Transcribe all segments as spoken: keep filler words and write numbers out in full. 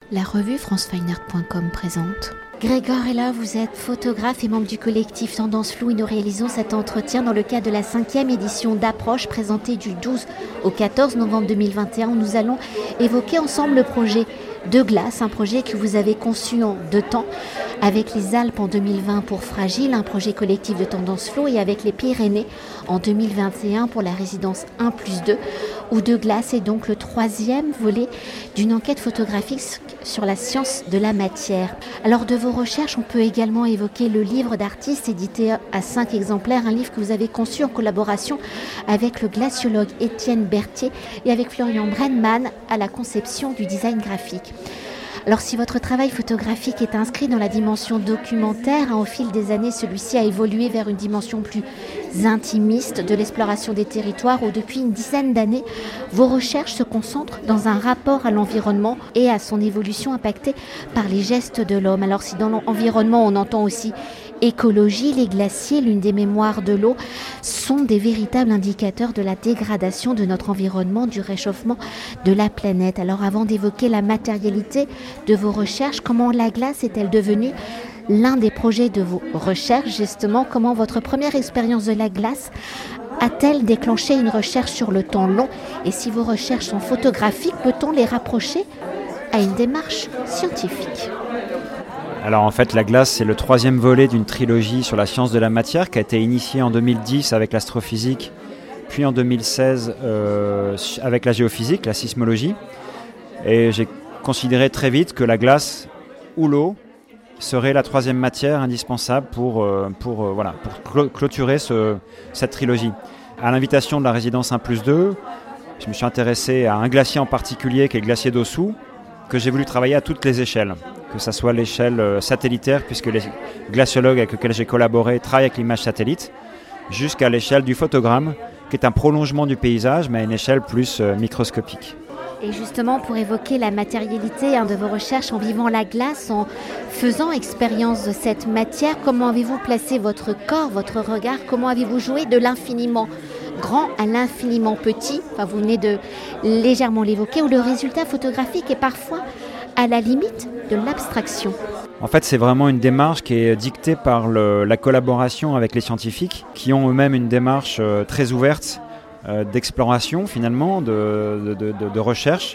La revue france fine art point com présente. Grégoire est là, vous êtes photographe et membre du collectif Tendance Floue et nous réalisons cet entretien dans le cadre de la cinquième édition d'Approche présentée du douze au quatorze novembre deux mille vingt et un où nous allons évoquer ensemble le projet de glace, un projet que vous avez conçu en deux temps avec les Alpes en deux mille vingt pour Fragile, un projet collectif de Tendance Floue et avec les Pyrénées en deux mille vingt et un pour la résidence un plus deux où De Glace est donc le troisième volet d'une enquête photographique sur la science de la matière. Alors de vos recherches, on peut également évoquer le livre d'artistes édité à cinq exemplaires, un livre que vous avez conçu en collaboration avec le glaciologue Étienne Berthier et avec Florian Brenman à la conception du design graphique. Alors si votre travail photographique est inscrit dans la dimension documentaire, hein, au fil des années, celui-ci a évolué vers une dimension plus intimiste de l'exploration des territoires où depuis une dizaine d'années, vos recherches se concentrent dans un rapport à l'environnement et à son évolution impactée par les gestes de l'homme. Alors si dans l'environnement on entend aussi écologie, les glaciers, l'une des mémoires de l'eau, sont des véritables indicateurs de la dégradation de notre environnement, du réchauffement de la planète. Alors avant d'évoquer la matérialité de vos recherches, comment la glace est-elle devenue l'un des projets de vos recherches, justement, comment votre première expérience de la glace a-t-elle déclenché une recherche sur le temps long? Et si vos recherches sont photographiques, peut-on les rapprocher à une démarche scientifique? Alors en fait, la glace, c'est le troisième volet d'une trilogie sur la science de la matière qui a été initiée en deux mille dix avec l'astrophysique, puis en deux mille seize euh, avec la géophysique, la sismologie. Et j'ai considéré très vite que la glace ou l'eau serait la troisième matière indispensable pour, euh, pour, euh, voilà, pour clôturer ce, cette trilogie. À l'invitation de la résidence un plus deux, je me suis intéressé à un glacier en particulier qui est le glacier d'Ossou, que j'ai voulu travailler à toutes les échelles, que ce soit l'échelle satellitaire, puisque les glaciologues avec lesquels j'ai collaboré travaillent avec l'image satellite, jusqu'à l'échelle du photogramme, qui est un prolongement du paysage, mais à une échelle plus euh, microscopique. Et justement, pour évoquer la matérialité hein, de vos recherches en vivant la glace, en faisant expérience de cette matière, comment avez-vous placé votre corps, votre regard? Comment avez-vous joué de l'infiniment grand à l'infiniment petit? Enfin, vous venez de légèrement l'évoquer, où le résultat photographique est parfois à la limite de l'abstraction. En fait, c'est vraiment une démarche qui est dictée par le, la collaboration avec les scientifiques, qui ont eux-mêmes une démarche euh, très ouverte, Euh, d'exploration finalement, de, de, de, de recherche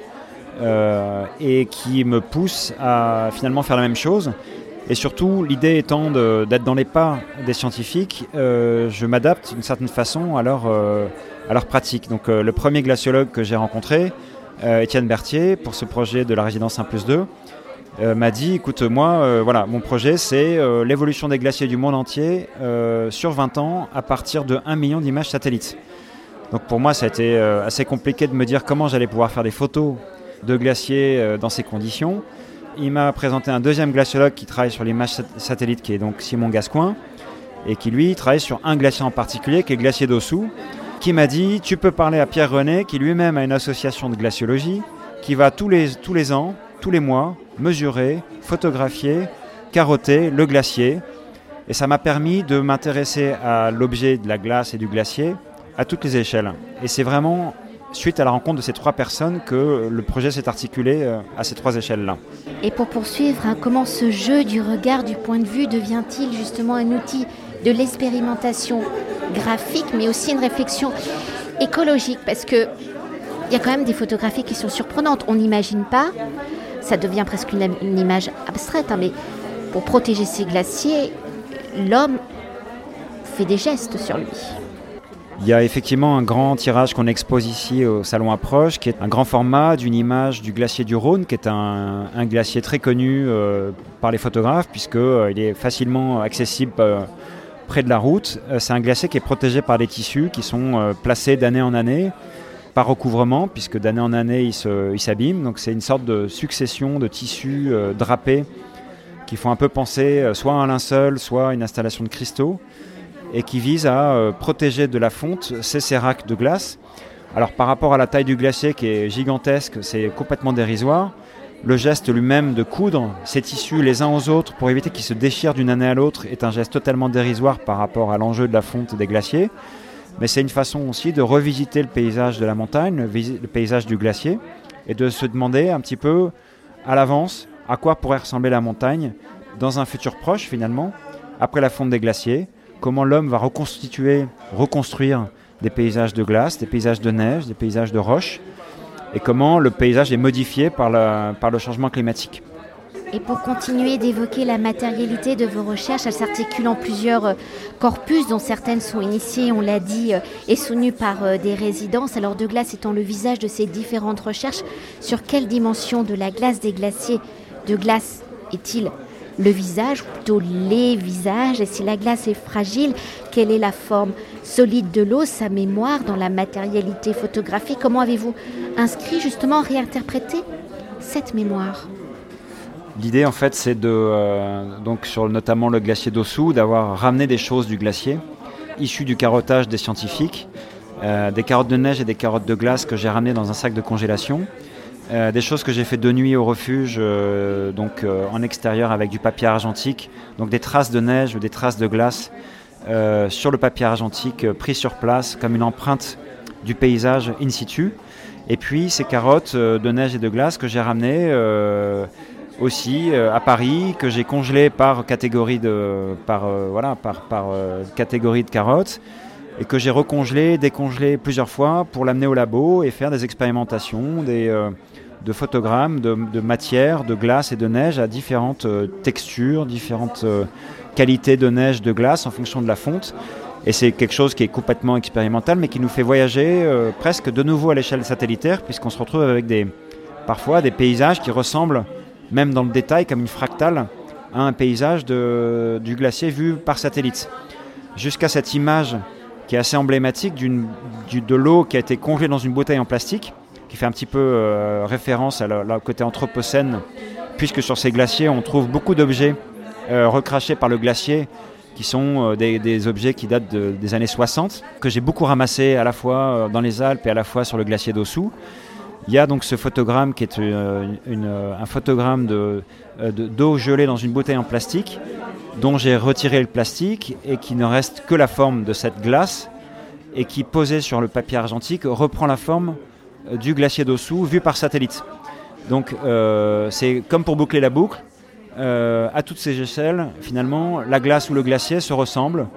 euh, et qui me pousse à finalement faire la même chose. Et surtout, l'idée étant de, d'être dans les pas des scientifiques, euh, je m'adapte d'une certaine façon à leur, euh, à leur pratique. Donc euh, le premier glaciologue que j'ai rencontré, euh, Étienne Berthier, pour ce projet de la résidence un plus deux, euh, m'a dit, écoute, moi, euh, voilà, mon projet, c'est euh, l'évolution des glaciers du monde entier euh, sur vingt ans à partir de un million d'images satellites. Donc pour moi, ça a été euh, assez compliqué de me dire comment j'allais pouvoir faire des photos de glaciers euh, dans ces conditions. Il m'a présenté un deuxième glaciologue qui travaille sur l'image sat- satellite, qui est donc Simon Gascoin, et qui lui travaille sur un glacier en particulier, qui est le glacier d'Ossou, qui m'a dit, tu peux parler à Pierre René, qui lui-même a une association de glaciologie, qui va tous les, tous les ans, tous les mois, mesurer, photographier, carotter le glacier. Et ça m'a permis de m'intéresser à l'objet de la glace et du glacier, à toutes les échelles. Et c'est vraiment suite à la rencontre de ces trois personnes que le projet s'est articulé à ces trois échelles-là. Et pour poursuivre, hein, comment ce jeu du regard, du point de vue, devient-il justement un outil de l'expérimentation graphique, mais aussi une réflexion écologique? Parce qu'il y a quand même des photographies qui sont surprenantes. On n'imagine pas, ça devient presque une, une image abstraite, hein, mais pour protéger ces glaciers, l'homme fait des gestes sur lui. Il y a effectivement un grand tirage qu'on expose ici au Salon Approche, qui est un grand format d'une image du glacier du Rhône, qui est un, un glacier très connu euh, par les photographes, puisqu'il euh, est facilement accessible euh, près de la route. Euh, c'est un glacier qui est protégé par des tissus qui sont euh, placés d'année en année, par recouvrement, puisque d'année en année, il, se, il s'abîme. Donc c'est une sorte de succession de tissus euh, drapés qui font un peu penser euh, soit à un linceul, soit à une installation de cristaux, et qui vise à euh, protéger de la fonte ces séracs de glace. Alors par rapport à la taille du glacier qui est gigantesque, c'est complètement dérisoire. Le geste lui-même de coudre ces tissus les uns aux autres pour éviter qu'ils se déchirent d'une année à l'autre est un geste totalement dérisoire par rapport à l'enjeu de la fonte des glaciers. Mais c'est une façon aussi de revisiter le paysage de la montagne, le, vis- le paysage du glacier, et de se demander un petit peu à l'avance à quoi pourrait ressembler la montagne dans un futur proche finalement, après la fonte des glaciers, comment l'homme va reconstituer, reconstruire des paysages de glace, des paysages de neige, des paysages de roches, et comment le paysage est modifié par, la, par le changement climatique. Et pour continuer d'évoquer la matérialité de vos recherches, elles s'articulent en plusieurs corpus, dont certaines sont initiées, on l'a dit, et soutenues par des résidences. Alors De Glace étant le visage de ces différentes recherches, sur quelle dimension de la glace des glaciers De Glace est-il le visage, ou plutôt les visages? Et si la glace est fragile, quelle est la forme solide de l'eau, sa mémoire dans la matérialité photographique? Comment avez-vous inscrit, justement, réinterprété cette mémoire? L'idée, en fait, c'est de, euh, donc sur notamment le glacier d'Ossou, d'avoir ramené des choses du glacier, issues du carottage des scientifiques, euh, des carottes de neige et des carottes de glace que j'ai ramenées dans un sac de congélation, euh, des choses que j'ai fait de nuit au refuge, euh, donc euh, en extérieur avec du papier argentique, donc des traces de neige ou des traces de glace euh, sur le papier argentique euh, pris sur place comme une empreinte du paysage in situ. Et puis ces carottes euh, de neige et de glace que j'ai ramenées euh, aussi euh, à Paris, que j'ai congelé par catégorie de, par, euh, voilà, par, par euh, catégorie de carottes, et que j'ai recongelé, décongelé plusieurs fois pour l'amener au labo et faire des expérimentations, des, euh, de photogrammes, de, de matière, de glace et de neige à différentes euh, textures, différentes euh, qualités de neige, de glace en fonction de la fonte. Et c'est quelque chose qui est complètement expérimental, mais qui nous fait voyager euh, presque de nouveau à l'échelle satellitaire, puisqu'on se retrouve avec des, parfois des paysages qui ressemblent, même dans le détail, comme une fractale, à un paysage de, du glacier vu par satellite. Jusqu'à cette image qui est assez emblématique d'une, du, de l'eau qui a été congelée dans une bouteille en plastique, qui fait un petit peu euh, référence à le côté anthropocène, puisque sur ces glaciers, on trouve beaucoup d'objets euh, recrachés par le glacier, qui sont euh, des, des objets qui datent de, des années soixante, que j'ai beaucoup ramassés à la fois euh, dans les Alpes et à la fois sur le glacier d'Ossou. Il y a donc ce photogramme qui est une, une, un photogramme de, de, d'eau gelée dans une bouteille en plastique, dont j'ai retiré le plastique et qui ne reste que la forme de cette glace et qui, posée sur le papier argentique, reprend la forme du glacier d'Ossou vu par satellite. Donc euh, c'est comme pour boucler la boucle, euh, à toutes ces échelles, finalement, la glace ou le glacier se ressemblent.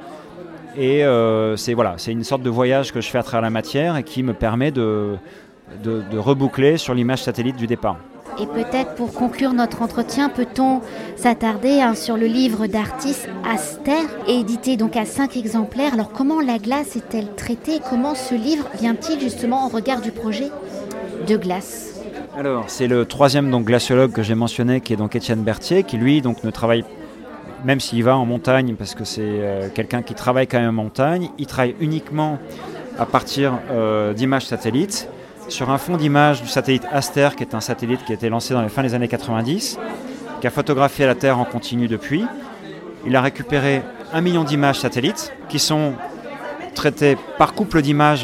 Et euh, c'est, voilà, c'est une sorte de voyage que je fais à travers la matière et qui me permet de... De, de reboucler sur l'image satellite du départ. Et peut-être pour conclure notre entretien, peut-on s'attarder hein, sur le livre d'Artis Aster, édité donc à cinq exemplaires. Alors comment la glace est-elle traitée? Comment ce livre vient-il justement au regard du projet De Glace? Alors c'est le troisième donc, glaciologue que j'ai mentionné, qui est donc Étienne Berthier, qui lui donc ne travaille, même s'il va en montagne, parce que c'est euh, quelqu'un qui travaille quand même en montagne, il travaille uniquement à partir euh, d'images satellites, sur un fond d'image du satellite Aster, qui est un satellite qui a été lancé dans les fins des années quatre-vingt-dix, qui a photographié la Terre en continu depuis. Il a récupéré un million d'images satellites qui sont traitées par couple d'images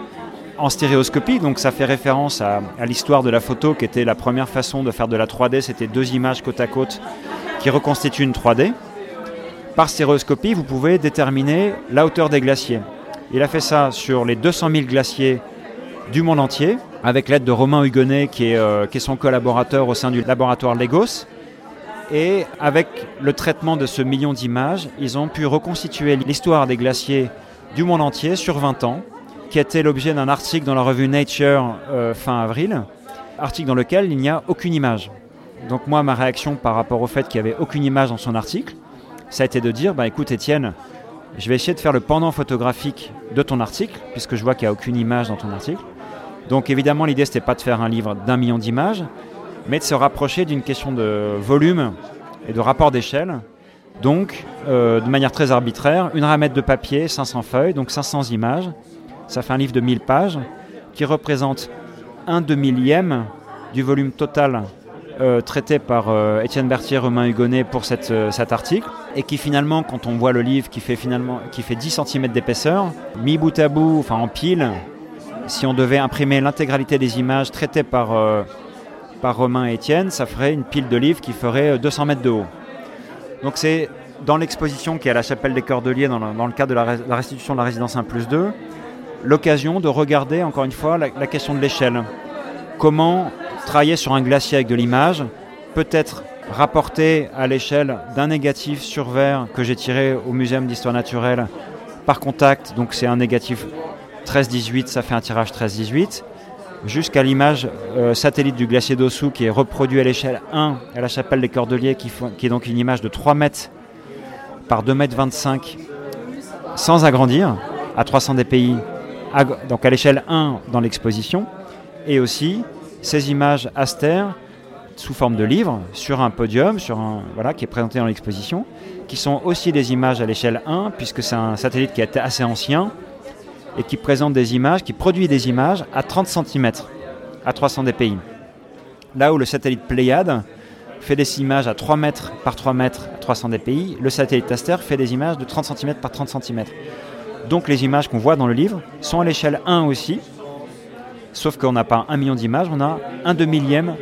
en stéréoscopie, donc ça fait référence à, à l'histoire de la photo, qui était la première façon de faire de la trois D, c'était deux images côte à côte qui reconstituent une trois D. Par stéréoscopie, vous pouvez déterminer la hauteur des glaciers. Il a fait ça sur les deux cent mille glaciers du monde entier, avec l'aide de Romain Hugonnet, qui est, euh, qui est son collaborateur au sein du laboratoire Lagos. Et avec le traitement de ce million d'images, ils ont pu reconstituer l'histoire des glaciers du monde entier sur vingt ans, qui était l'objet d'un article dans la revue Nature euh, fin avril, article dans lequel il n'y a aucune image. Donc moi, ma réaction par rapport au fait qu'il n'y avait aucune image dans son article, ça a été de dire, bah, écoute Étienne, je vais essayer de faire le pendant photographique de ton article, puisque je vois qu'il n'y a aucune image dans ton article. Donc évidemment, l'idée, ce n'était pas de faire un livre d'un million d'images, mais de se rapprocher d'une question de volume et de rapport d'échelle. Donc, euh, de manière très arbitraire, une ramette de papier, cinq cents feuilles, donc cinq cents images. Ça fait un livre de mille pages qui représente un deux millième du volume total euh, traité par euh, Étienne Berthier, Romain Hugonnet pour cette, euh, cet article, et qui finalement, quand on voit le livre qui fait, finalement, qui fait dix centimètres d'épaisseur, mis bout à bout, enfin en pile, si on devait imprimer l'intégralité des images traitées par, euh, par Romain et Étienne, ça ferait une pile de livres qui ferait deux cents mètres de haut. Donc c'est dans l'exposition qui est à la Chapelle des Cordeliers, dans le, dans le cadre de la, la restitution de la résidence un plus deux, l'occasion de regarder encore une fois la, la question de l'échelle. Comment travailler sur un glacier avec de l'image, peut être rapporté à l'échelle d'un négatif sur verre que j'ai tiré au Muséum d'Histoire Naturelle par contact, donc c'est un négatif treize dix-huit, ça fait un tirage treize dix-huit, jusqu'à l'image euh, satellite du glacier d'Ossou qui est reproduit à l'échelle un à la chapelle des Cordeliers, qui, font, qui est donc une image de trois mètres par deux mètres vingt-cinq, sans agrandir, à trois cents D P I, à, donc à l'échelle un dans l'exposition, et aussi ces images Aster sous forme de livre, sur un podium, sur un, voilà, qui est présenté dans l'exposition, qui sont aussi des images à l'échelle un, puisque c'est un satellite qui est assez ancien, et qui présente des images, qui produit des images à trente centimètres, à trois cents D P I. Là où le satellite Pléiade fait des images à trois mètres par trois mètres à trois cents D P I, le satellite Aster fait des images de trente centimètres par trente centimètres. Donc les images qu'on voit dans le livre sont à l'échelle un aussi, sauf qu'on n'a pas un million d'images, on a un deux millième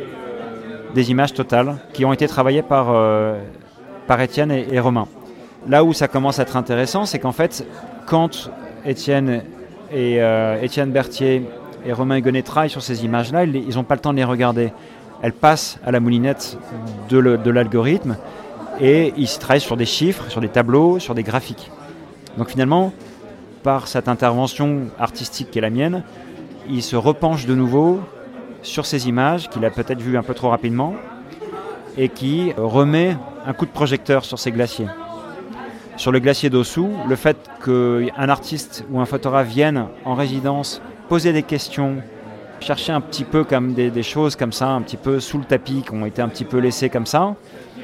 des images totales qui ont été travaillées par, euh, par Étienne et, et Romain. Là où ça commence à être intéressant, c'est qu'en fait, quand Étienne, et, euh, Étienne Berthier et Romain Hugonnet travaillent sur ces images-là, ils n'ont pas le temps de les regarder. Elles passent à la moulinette de, le, de l'algorithme et ils travaillent sur des chiffres, sur des tableaux, sur des graphiques. Donc finalement, par cette intervention artistique qui est la mienne, il se repenche de nouveau sur ces images qu'il a peut-être vues un peu trop rapidement et qui remet un coup de projecteur sur ces glaciers. Sur le glacier d'Ossou, le fait qu'un artiste ou un photographe vienne en résidence poser des questions, chercher un petit peu comme des, des choses comme ça, un petit peu sous le tapis, qui ont été un petit peu laissées comme ça,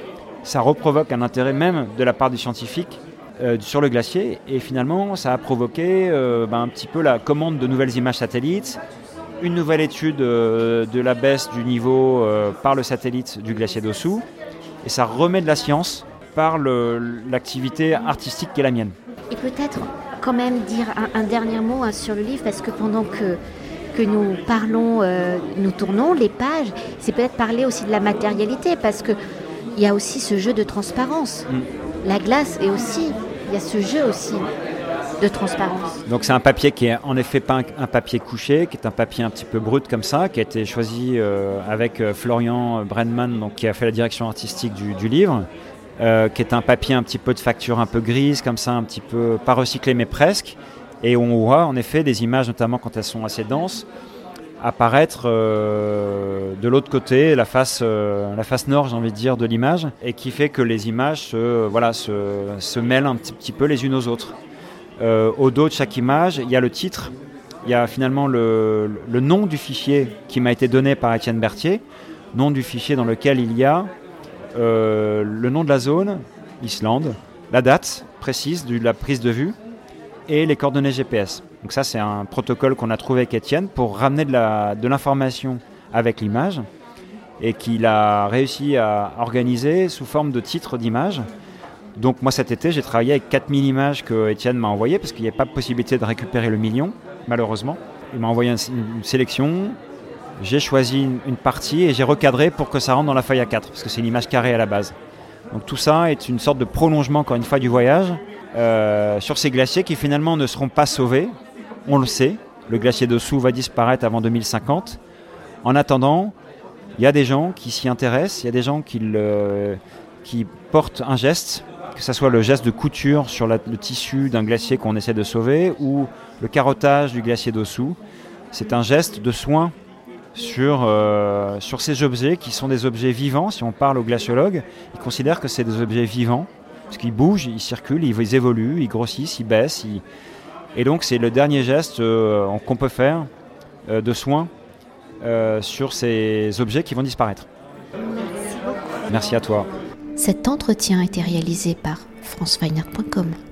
ça reprovoque un intérêt même de la part du scientifique euh, sur le glacier, et finalement ça a provoqué euh, ben, un petit peu la commande de nouvelles images satellites, une nouvelle étude euh, de la baisse du niveau euh, par le satellite du glacier d'Ossou, et ça remet de la science par le, l'activité artistique qui est la mienne. Et peut-être quand même dire un, un dernier mot hein, sur le livre, parce que pendant que, que nous parlons, euh, nous tournons les pages, c'est peut-être parler aussi de la matérialité, parce qu'il y a aussi ce jeu de transparence. Mm. La glace est aussi, il y a ce jeu aussi de transparence. Donc c'est un papier qui est en effet pas un, un papier couché, qui est un papier un petit peu brut comme ça, qui a été choisi euh, avec euh, Florian Brenman, donc, qui a fait la direction artistique du, du livre, euh, qui est un papier un petit peu de facture un peu grise, comme ça, un petit peu pas recyclé mais presque, et on voit en effet des images, notamment quand elles sont assez denses, apparaître euh, de l'autre côté, la face, euh, la face nord, j'ai envie de dire, de l'image, et qui fait que les images se, voilà, se, se mêlent un petit, petit peu les unes aux autres. Euh, au dos de chaque image, il y a le titre, il y a finalement le, le nom du fichier qui m'a été donné par Étienne Berthier, nom du fichier dans lequel il y a euh, le nom de la zone, Islande, la date précise de la prise de vue et les coordonnées G P S. Donc ça, c'est un protocole qu'on a trouvé avec Étienne pour ramener de, la, de l'information avec l'image et qu'il a réussi à organiser sous forme de titre d'image. Donc moi cet été j'ai travaillé avec quatre mille images que Étienne m'a envoyées parce qu'il n'y a pas de possibilité de récupérer le million malheureusement. Il m'a envoyé une sélection, j'ai choisi une partie et j'ai recadré pour que ça rentre dans la feuille A quatre parce que c'est une image carrée à la base. Donc tout ça est une sorte de prolongement encore une fois du voyage euh, sur ces glaciers qui finalement ne seront pas sauvés, on le sait. Le glacier d'Ossou va disparaître avant deux mille cinquante. En attendant, il y a des gens qui s'y intéressent, il y a des gens qui, le, qui portent un geste, que ce soit le geste de couture sur la, le tissu d'un glacier qu'on essaie de sauver ou le carottage du glacier d'Ossou. C'est un geste de soin sur, euh, sur ces objets qui sont des objets vivants. Si on parle aux glaciologues, ils considèrent que c'est des objets vivants parce qu'ils bougent, ils circulent, ils évoluent, ils grossissent, ils baissent. Ils... Et donc c'est le dernier geste euh, qu'on peut faire euh, de soin euh, sur ces objets qui vont disparaître. Merci beaucoup. Merci à toi. Cet entretien a été réalisé par franceweiner point com.